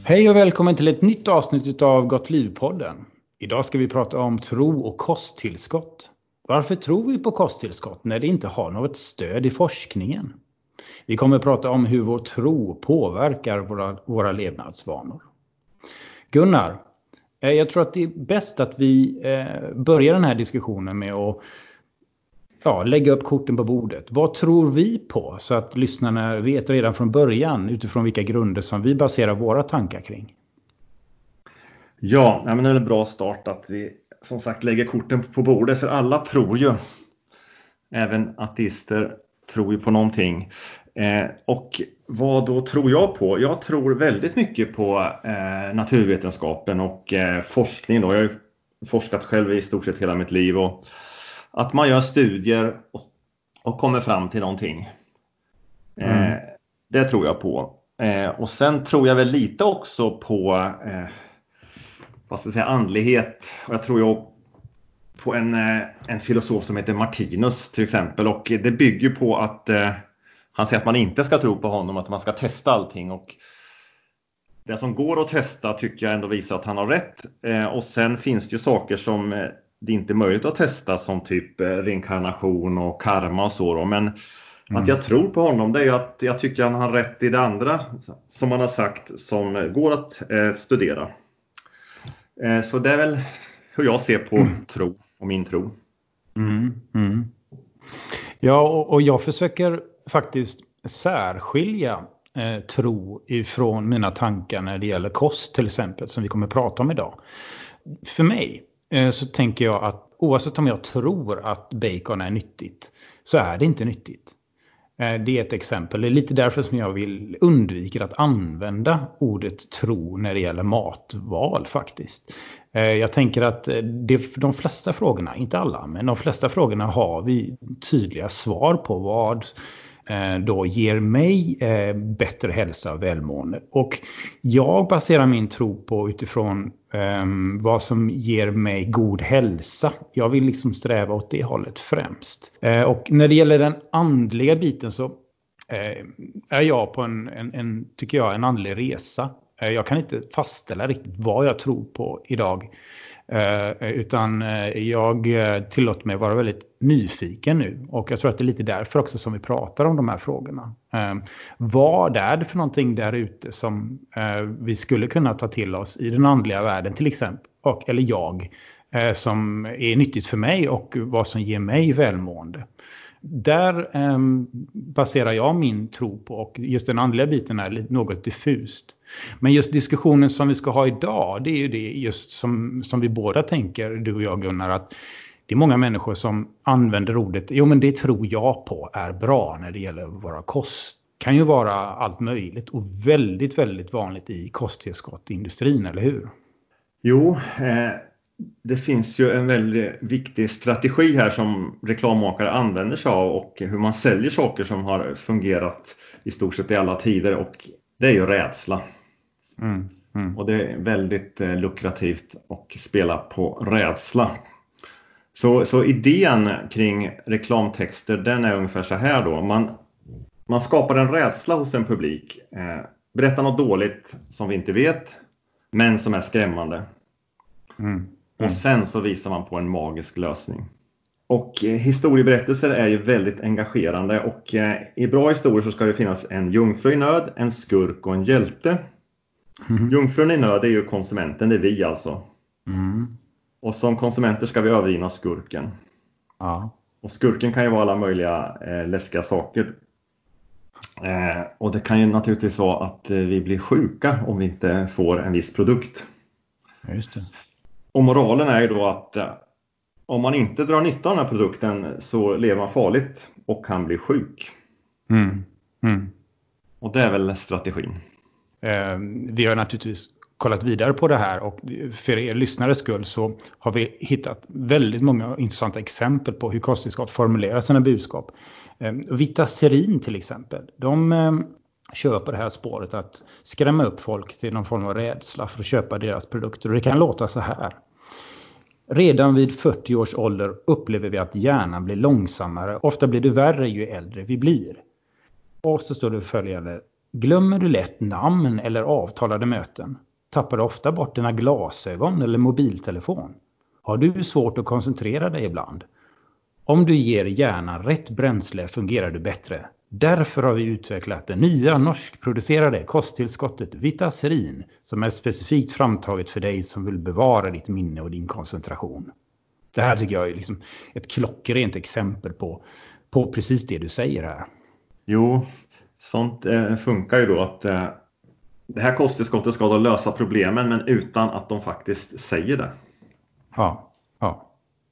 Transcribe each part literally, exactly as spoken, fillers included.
Hej och välkommen till ett nytt avsnitt av Gott liv-podden. Idag ska vi prata om tro och kosttillskott. Varför tror vi på kosttillskott när det inte har något stöd i forskningen? Vi kommer att prata om hur vår tro påverkar våra, våra levnadsvanor. Gunnar, jag tror att det är bäst att vi börjar den här diskussionen med att ja, lägga upp korten på bordet. Vad tror vi på så att lyssnarna vet redan från början utifrån vilka grunder som vi baserar våra tankar kring? Ja, men det är en bra start att vi som sagt lägger korten på bordet, för alla tror ju. Även ateister tror ju på någonting. Eh, och vad då tror jag på? Jag tror väldigt mycket på eh, naturvetenskapen och eh, forskning. Då. Jag har ju forskat själv i stort sett hela mitt liv. Och att man gör studier och, och kommer fram till någonting. Eh, mm. Det tror jag på. Eh, och sen tror jag väl lite också på eh, vad ska jag säga, andlighet. Och jag tror jag på en, en filosof som heter Martinus till exempel. Och det bygger på att eh, han säger att man inte ska tro på honom, att man ska testa allting. Och det som går att testa tycker jag ändå visar att han har rätt. Eh, och sen finns det ju saker som eh, det inte är möjligt att testa, som typ eh, reinkarnation och karma och så. Då. Men mm. att jag tror på honom, det är ju att jag tycker han har rätt i det andra som han har sagt, som går att eh, studera. Eh, så det är väl hur jag ser på mm. tro och min tro. Mm. Mm. Ja, och, och jag försöker faktiskt särskilja eh, tro ifrån mina tankar när det gäller kost till exempel, som vi kommer att prata om idag. För mig eh, så tänker jag att oavsett om jag tror att bacon är nyttigt, så är det inte nyttigt. Eh, det är ett exempel. Det är lite därför som jag vill undvika att använda ordet tro när det gäller matval faktiskt. Eh, jag tänker att det, de flesta frågorna, inte alla, men de flesta frågorna har vi tydliga svar på vad då ger mig eh, bättre hälsa och välmående. Och jag baserar min tro på utifrån eh, vad som ger mig god hälsa. Jag vill liksom sträva åt det hållet främst. Eh, och när det gäller den andliga biten så eh, är jag på en, en, en, tycker jag, en andlig resa. Eh, jag kan inte fastställa riktigt vad jag tror på idag. Uh, utan uh, jag uh, tillåter mig vara väldigt nyfiken nu. Och jag tror att det är lite därför också som vi pratar om de här frågorna. Uh, vad är det för någonting där ute som uh, vi skulle kunna ta till oss i den andliga världen till exempel, och, eller jag, uh, som är nyttigt för mig och vad som ger mig välmående. Där um, baserar jag min tro på, och just den andliga biten är något diffust. Men just diskussionen som vi ska ha idag, det är ju det just som, som vi båda tänker, du och jag Gunnar, att det är många människor som använder ordet, jo men det tror jag på är bra när det gäller våra kost. Kan ju vara allt möjligt och väldigt, väldigt vanligt i kosttillskottindustrin, eller hur? Jo, eh... det finns ju en väldigt viktig strategi här som reklammakare använder sig av, och hur man säljer saker som har fungerat i stort sett i alla tider, och det är ju rädsla. Mm, mm. Och det är väldigt eh, lukrativt att spela på rädsla. Så, så idén kring reklamtexter, den är ungefär så här då. Man, man skapar en rädsla hos en publik. Eh, berättar något dåligt som vi inte vet, men som är skrämmande. Mm. Mm. Och sen så visar man på en magisk lösning. Och eh, historieberättelser är ju väldigt engagerande. Och eh, i bra historier så ska det finnas en jungfru i nöd, en skurk och en hjälte. Mm. Jungfrun i nöd är ju konsumenten, det är vi alltså. Mm. Och som konsumenter ska vi övervinna skurken. Ja. Och skurken kan ju vara alla möjliga eh, läskiga saker. Eh, och det kan ju naturligtvis vara att eh, vi blir sjuka om vi inte får en viss produkt. Just det. Och moralen är ju då att eh, om man inte drar nytta av den här produkten så lever man farligt och kan bli sjuk. Mm. Mm. Och det är väl strategin. Eh, vi har naturligtvis kollat vidare på det här, och för er lyssnares skull så har vi hittat väldigt många intressanta exempel på hur kosttillskott formulerar sina budskap. Eh, Vitaserin till exempel, de eh, kör på det här spåret att skrämma upp folk till någon form av rädsla för att köpa deras produkter. Och det kan låta så här. Redan vid fyrtio års ålder upplever vi att hjärnan blir långsammare. Ofta blir det värre ju äldre vi blir. Och så står det följande. Glömmer du lätt namn eller avtalade möten? Tappar du ofta bort dina glasögon eller mobiltelefon? Har du svårt att koncentrera dig ibland? Om du ger hjärnan rätt bränsle fungerar du bättre. Därför har vi utvecklat det nya norskproducerade kosttillskottet Vitaserin som är specifikt framtaget för dig som vill bevara ditt minne och din koncentration. Det här tycker jag är liksom ett klockrent exempel på, på precis det du säger här. Jo, sånt eh, funkar ju då att eh, det här kosttillskottet ska då lösa problemen men utan att de faktiskt säger det. Ja, ja.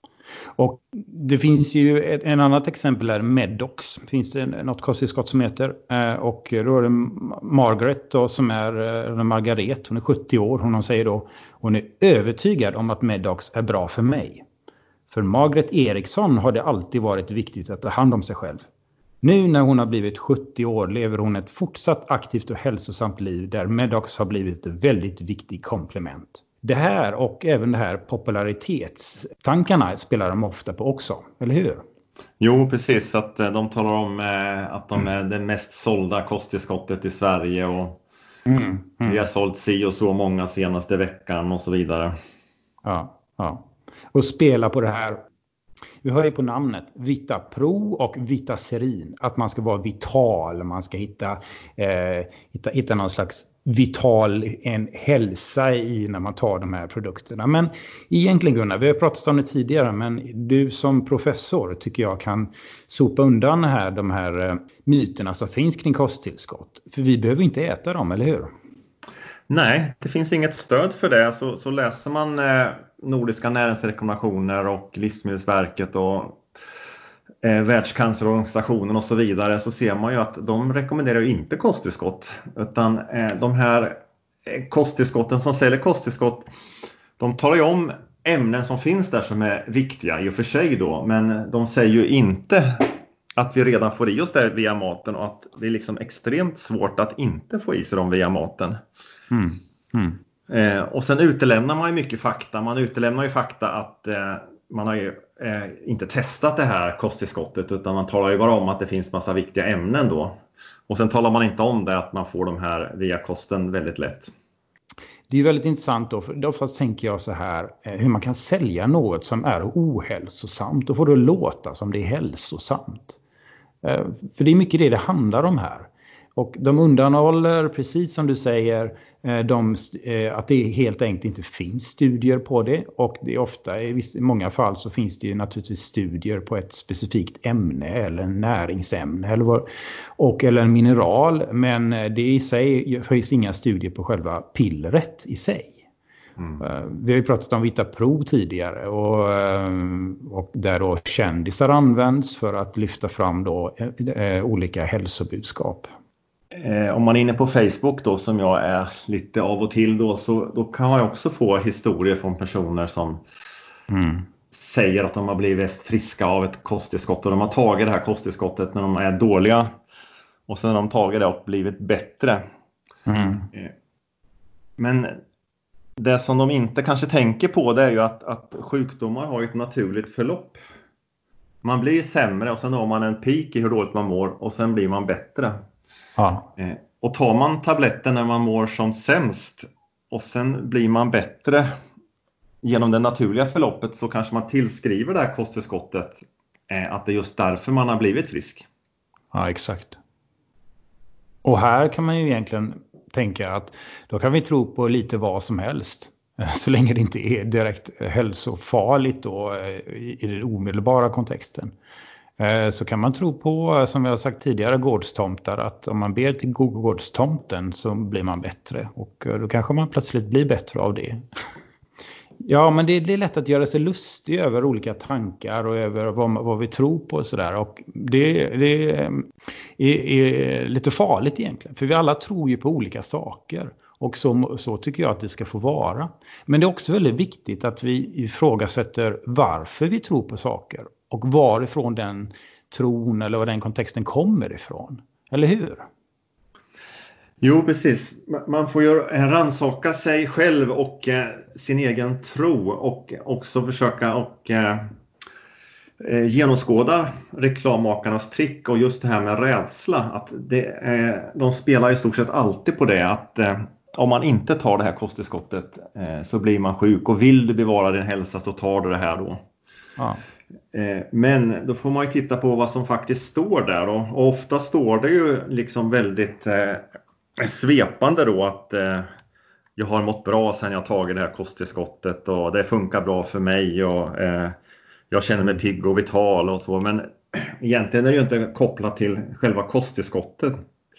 Och det finns ju ett en annat exempel här, Medox. Det finns det något kosttillskott som heter. Eh, och då är det Margaret då, som är eh, Margaret. Hon är sjuttio år. Hon säger då, hon är övertygad om att Medox är bra för mig. För Margaret Eriksson har det alltid varit viktigt att ta hand om sig själv. Nu när hon har blivit sjuttio år lever hon ett fortsatt aktivt och hälsosamt liv där Medox har blivit ett väldigt viktigt komplement. Det här och även det här popularitetstankarna spelar de ofta på också, eller hur? Jo, precis. Att de talar om att de är det mest sålda kosttillskottet i Sverige och mm, mm. vi har sålt si och så många senaste veckan och så vidare. Ja, ja. Och spela på det här. Vi hör ju på namnet Vitapro och Vitaserin. Att man ska vara vital. Man ska hitta, eh, hitta, hitta någon slags vital en hälsa i när man tar de här produkterna. Men egentligen Gunnar, vi har pratat om det tidigare. Men du som professor tycker jag kan sopa undan här, de här eh, myterna som finns kring kosttillskott. För vi behöver inte äta dem, eller hur? Nej, det finns inget stöd för det. Så, så läser man eh, Nordiska näringsrekommendationer och Livsmedelsverket och eh, Världscancerorganisationen och så vidare, så ser man ju att de rekommenderar ju inte kosttillskott. Utan eh, de här eh, kosttillskotten som säljer kosttillskott, de talar ju om ämnen som finns där som är viktiga i och för sig då. Men de säger ju inte att vi redan får i oss det via maten och att det är liksom extremt svårt att inte få i sig dem via maten. Mm. Mm. Eh, och sen utelämnar man ju mycket fakta. Man utelämnar ju fakta att eh, man har ju eh, inte testat det här kosttillskottet, utan man talar ju bara om att det finns massa viktiga ämnen då. Och sen talar man inte om det att man får de här via kosten väldigt lätt. Det är ju väldigt intressant då, för då tänker jag så här, hur man kan sälja något som är ohälsosamt och få det att låta som det är hälsosamt. För det är mycket det det handlar om här. Och de undanhåller, precis som du säger, de, att det helt enkelt inte finns studier på det. Och det är ofta, i många fall så finns det ju naturligtvis studier på ett specifikt ämne eller en näringsämne eller, vad, och, eller en mineral. Men det i sig finns inga studier på själva pillret i sig. Mm. Vi har ju pratat om Vitapro tidigare och, och där då kändisar används för att lyfta fram då olika hälsobudskap. Om man är inne på Facebook då, som jag är lite av och till då, så då kan man också få historier från personer som mm. säger att de har blivit friska av ett kosttillskott och de har tagit det här kosttillskottet när de är dåliga och sen har de tagit det och blivit bättre. Mm. Men det som de inte kanske tänker på, det är ju att, att sjukdomar har ett naturligt förlopp. Man blir sämre och sen har man en peak i hur dåligt man mår och sen blir man bättre. Ja. Och tar man tabletten när man mår som sämst och sen blir man bättre genom det naturliga förloppet, så kanske man tillskriver det här kosttillskottet att det är just därför man har blivit frisk. Ja, exakt. Och här kan man ju egentligen tänka att då kan vi tro på lite vad som helst. Så länge det inte är direkt hälsofarligt då, i den omedelbara kontexten. Så kan man tro på, som jag har sagt tidigare, gårdstomtar, att om man ber till gårdstomten så blir man bättre. Och då kanske man plötsligt blir bättre av det. Ja, men det, det är lätt att göra sig lustig över olika tankar och över vad, vad vi tror på och sådär. Och det, det är, är lite farligt egentligen. För vi alla tror ju på olika saker. Och så, så tycker jag att det ska få vara. Men det är också väldigt viktigt att vi ifrågasätter varför vi tror på saker. Och varifrån den tron eller vad den kontexten kommer ifrån. Eller hur? Jo, precis. Man får ju rannsaka sig själv och eh, sin egen tro. Och också försöka och, eh, eh, genomskådar reklammakarnas trick och just det här med rädsla. Att det, eh, de spelar i stort sett alltid på det att eh, om man inte tar det här kosttillskottet eh, så blir man sjuk, och vill du bevara din hälsa så tar du det här då. Ja. Eh, men då får man ju titta på vad som faktiskt står där, och, och ofta står det ju liksom väldigt eh, svepande då att eh, jag har mått bra sedan jag tagit det här kosttillskottet och det funkar bra för mig och eh, jag känner mig pigg och vital och så, men egentligen är det ju inte kopplat till själva kosttillskottet.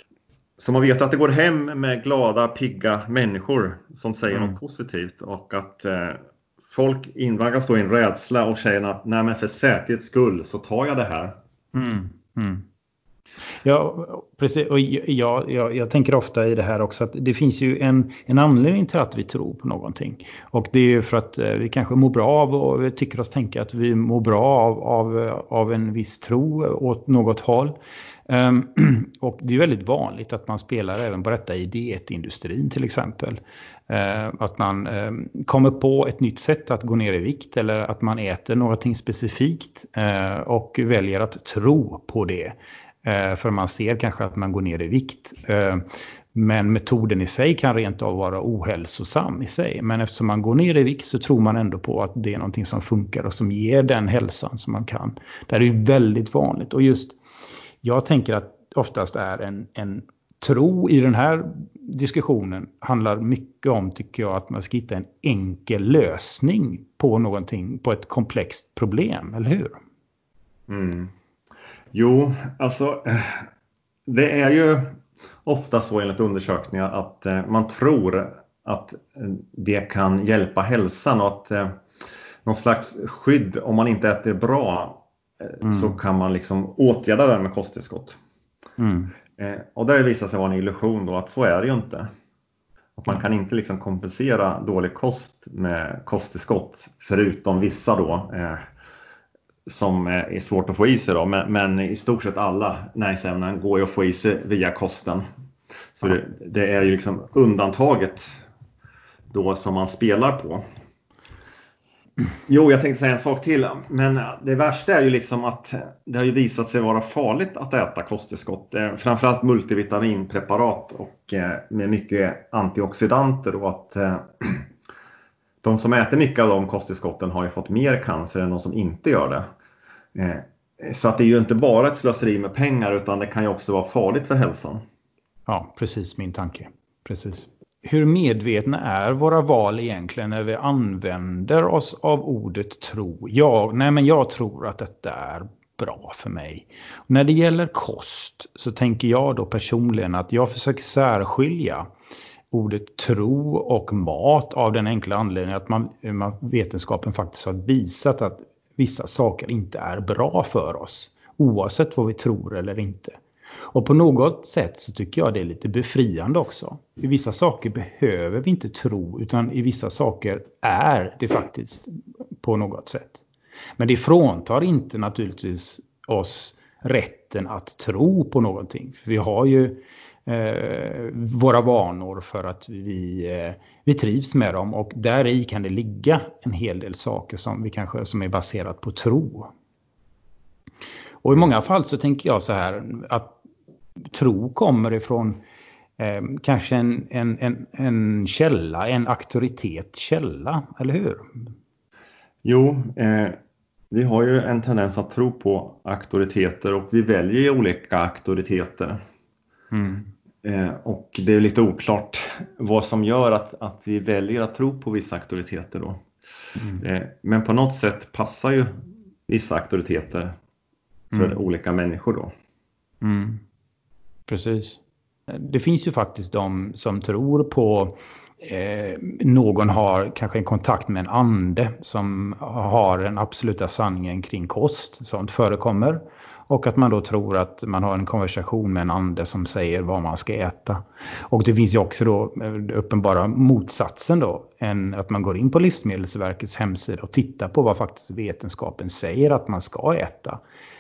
Så man vet att det går hem med glada, pigga människor som säger mm. något positivt, och att eh, folk invaggas då i en rädsla och säger att nej, men för säkerhets skull så tar jag det här. Mm. Mm. Ja, precis. Och jag, jag, jag tänker ofta i det här också att det finns ju en, en anledning till att vi tror på någonting. Och det är ju för att vi kanske mår bra av, och vi tycker oss tänka att vi mår bra av, av, av en viss tro åt något håll. Um, och det är väldigt vanligt att man spelar även på detta i dietindustrin till exempel. Uh, att man um, kommer på ett nytt sätt att gå ner i vikt, eller att man äter någonting specifikt uh, och väljer att tro på det. Uh, för man ser kanske att man går ner i vikt. Uh, men metoden i sig kan rent av vara ohälsosam i sig. Men eftersom man går ner i vikt så tror man ändå på att det är någonting som funkar och som ger den hälsan som man kan. Det är ju väldigt vanligt. Och just jag tänker att oftast är en, en tro i den här diskussionen handlar mycket om, tycker jag, att man ska hitta en enkel lösning på någonting, på ett komplext problem, eller hur? Mm. Jo, alltså det är ju ofta så enligt undersökningar att man tror att det kan hjälpa hälsan, och att någon slags skydd om man inte äter bra mm. så kan man liksom åtgärda det med kosttillskott. Mm. Eh, och det visar sig vara en illusion då, att så är det ju inte. Att man kan inte liksom kompensera dålig kost med kosttillskott, förutom vissa då eh, som är svårt att få i sig då. Men, men i stort sett alla näringsämnen går ju att få i sig via kosten. Så ja. det, det är ju liksom undantaget då som man spelar på. Jo, jag tänkte säga en sak till, men det värsta är ju liksom att det har ju visat sig vara farligt att äta kosttillskott. Framförallt multivitaminpreparat och med mycket antioxidanter, och att de som äter mycket av de kosttillskotten har ju fått mer cancer än de som inte gör det. Så att det är ju inte bara ett slöseri med pengar, utan det kan ju också vara farligt för hälsan. Ja, precis min tanke. Precis. Hur medvetna är våra val egentligen när vi använder oss av ordet tro? Ja, nej men jag tror att detta är bra för mig. Och när det gäller kost så tänker jag då personligen att jag försöker särskilja ordet tro och mat av den enkla anledningen att man, man, vetenskapen faktiskt har visat att vissa saker inte är bra för oss, oavsett vad vi tror eller inte. Och på något sätt så tycker jag det är lite befriande också. I vissa saker behöver vi inte tro, utan i vissa saker är det faktiskt på något sätt. Men det fråntar inte naturligtvis oss rätten att tro på någonting. För vi har ju eh, våra vanor för att vi, eh, vi trivs med dem, och där i kan det ligga en hel del saker som, vi kanske, som är baserat på tro. Och i många fall så tänker jag så här att tro kommer ifrån eh, kanske en, en, en, en källa, en auktoritetskälla, eller hur? Jo, eh, vi har ju en tendens att tro på auktoriteter, och vi väljer ju olika auktoriteter. Mm. Eh, och det är lite oklart vad som gör att, att vi väljer att tro på vissa auktoriteter då. Mm. Eh, men på något sätt passar ju vissa auktoriteter för mm. olika människor då. Mm. Precis. Det finns ju faktiskt de som tror på eh, någon har kanske en kontakt med en ande som har den absoluta sanningen kring kost. Sånt förekommer. Och att man då tror att man har en konversation med en ande som säger vad man ska äta. Och det finns ju också då uppenbara motsatsen då. Än att man går in på Livsmedelsverkets hemsida och tittar på vad faktiskt vetenskapen säger att man ska äta.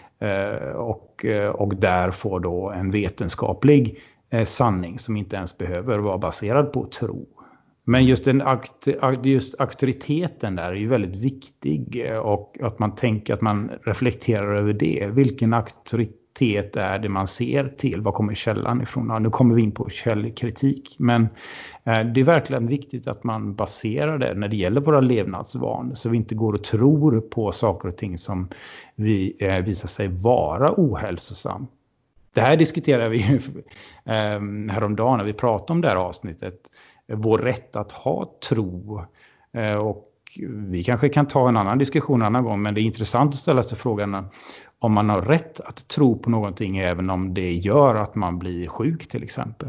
Och, och där får då en vetenskaplig sanning som inte ens behöver vara baserad på tro. Men just, den akt, just auktoriteten där är ju väldigt viktig, och att man tänker att man reflekterar över det. Vilken auktoritet är det man ser till? Vad kommer källan ifrån? Ja, nu kommer vi in på källkritik, men eh, det är verkligen viktigt att man baserar det när det gäller våra levnadsvanor, så vi inte går och tror på saker och ting som vi, eh, visar sig vara ohälsosam. Det här diskuterar vi ju eh, häromdagen när vi pratade om det här avsnittet. Vår rätt att ha tro. Eh, och vi kanske kan ta en annan diskussion en annan gång, men det är intressant att ställa sig frågan om man har rätt att tro på någonting även om det gör att man blir sjuk till exempel.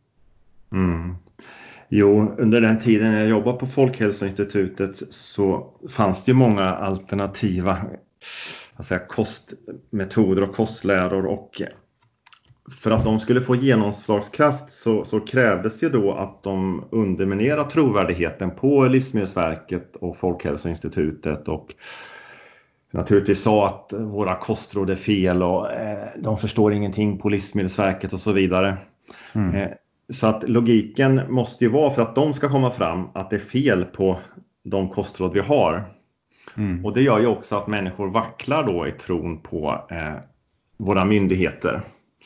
Mm. Jo, under den tiden jag jobbade på Folkhälsoinstitutet så fanns det ju många alternativa vad säger, kostmetoder och kostläror, och för att de skulle få genomslagskraft så, så krävdes ju då att de underminerar trovärdigheten på Livsmedelsverket och Folkhälsoinstitutet, och naturligtvis sa att våra kostråd är fel och eh, de förstår ingenting på Livsmedelsverket och så vidare. Mm. Eh, så att logiken måste ju vara, för att de ska komma fram, att det är fel på de kostråd vi har. Mm. Och det gör ju också att människor vacklar då i tron på eh, våra myndigheter.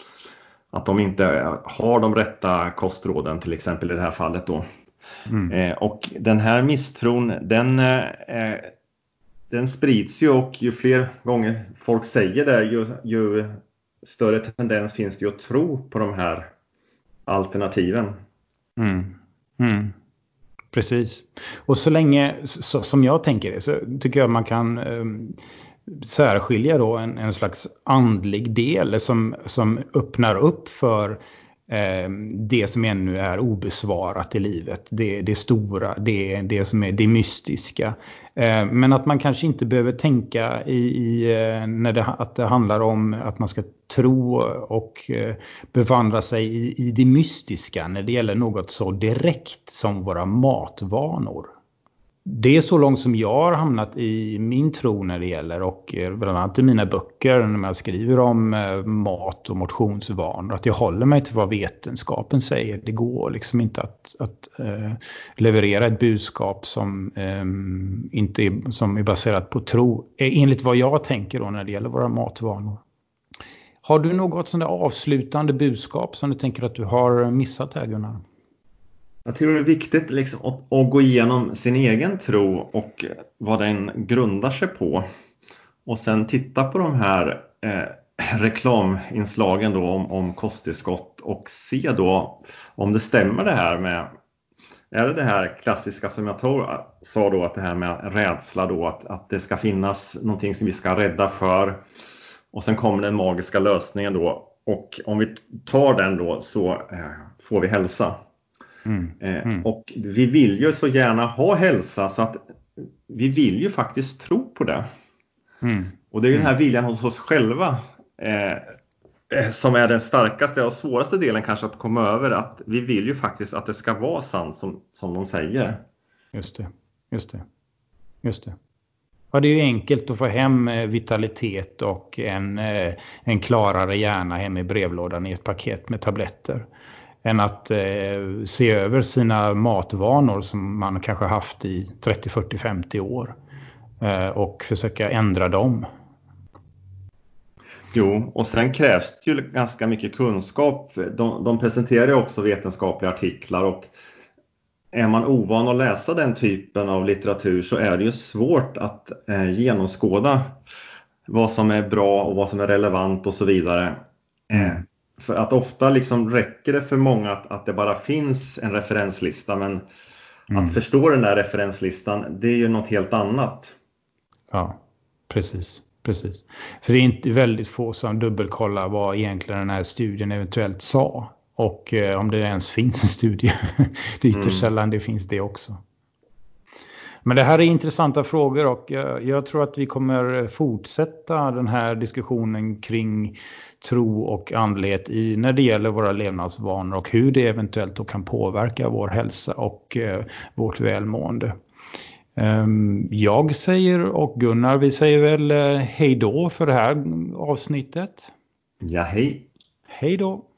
Att de inte har de rätta kostråden, till exempel i det här fallet då. Mm. Eh, och den här misstron, den, eh, den sprids ju, och ju fler gånger folk säger det, ju, ju större tendens finns det ju att tro på de här alternativen. Mm. Mm. Precis. Och så länge, så, som jag tänker det, så tycker jag man kan eh, särskilja då en, en slags andlig del som, som öppnar upp för eh, det som ännu är obesvarat i livet. Det, det stora, det, det som är det mystiska. Eh, men att man kanske inte behöver tänka i, i när det, att det handlar om att man ska tro och eh, bevandra sig i, i det mystiska när det gäller något så direkt som våra matvanor. Det är så långt som jag har hamnat i min tro när det gäller, och bland annat i mina böcker när jag skriver om mat och motionsvanor, att jag håller mig till vad vetenskapen säger. Det går liksom inte att, att uh, leverera ett budskap som, um, inte är, som är baserat på tro, enligt vad jag tänker då när det gäller våra matvanor. Har du något sådant avslutande budskap som du tänker att du har missat här, Gunnar? Jag tror det är viktigt liksom att, att gå igenom sin egen tro och vad den grundar sig på. Och sen titta på de här eh, reklaminslagen då om, om kosttillskott och se då om det stämmer det här med, är det det här klassiska som jag tror, sa då, att det här med rädsla då, att, att det ska finnas någonting som vi ska rädda för. Och sen kommer den magiska lösningen då, och om vi tar den då så eh, får vi hälsa. Mm. Mm. Och vi vill ju så gärna ha hälsa, så att vi vill ju faktiskt tro på det. Mm. Och det är ju den här viljan hos oss själva eh, som är den starkaste och svåraste delen kanske att komma över. Att vi vill ju faktiskt att det ska vara sant som, som de säger. Just det, just det, just det. Ja, det är ju enkelt att få hem vitalitet och en, en klarare hjärna hem i brevlådan i ett paket med tabletter, än att eh, se över sina matvanor som man kanske haft i trettio, fyrtio, femtio år eh, och försöka ändra dem. Jo, och sen krävs det ju ganska mycket kunskap. De, de presenterar ju också vetenskapliga artiklar, och är man ovan att läsa den typen av litteratur så är det ju svårt att eh, genomskåda vad som är bra och vad som är relevant och så vidare. Mm. Eh, För att ofta liksom räcker det för många att, att det bara finns en referenslista, men mm. att förstå den där referenslistan, det är ju något helt annat. Ja, precis. precis. För det är inte väldigt få som dubbelkollar vad egentligen den här studien eventuellt sa. Och eh, om det ens finns en studie. Det är ytterst mm. sällan det finns det också. Men det här är intressanta frågor, och jag, jag tror att vi kommer fortsätta den här diskussionen kring tro och andlighet i när det gäller våra levnadsvanor och hur det eventuellt då kan påverka vår hälsa och eh, vårt välmående. Um, jag säger, och Gunnar, vi säger väl eh, hej då för det här avsnittet. Ja, hej. Hej då.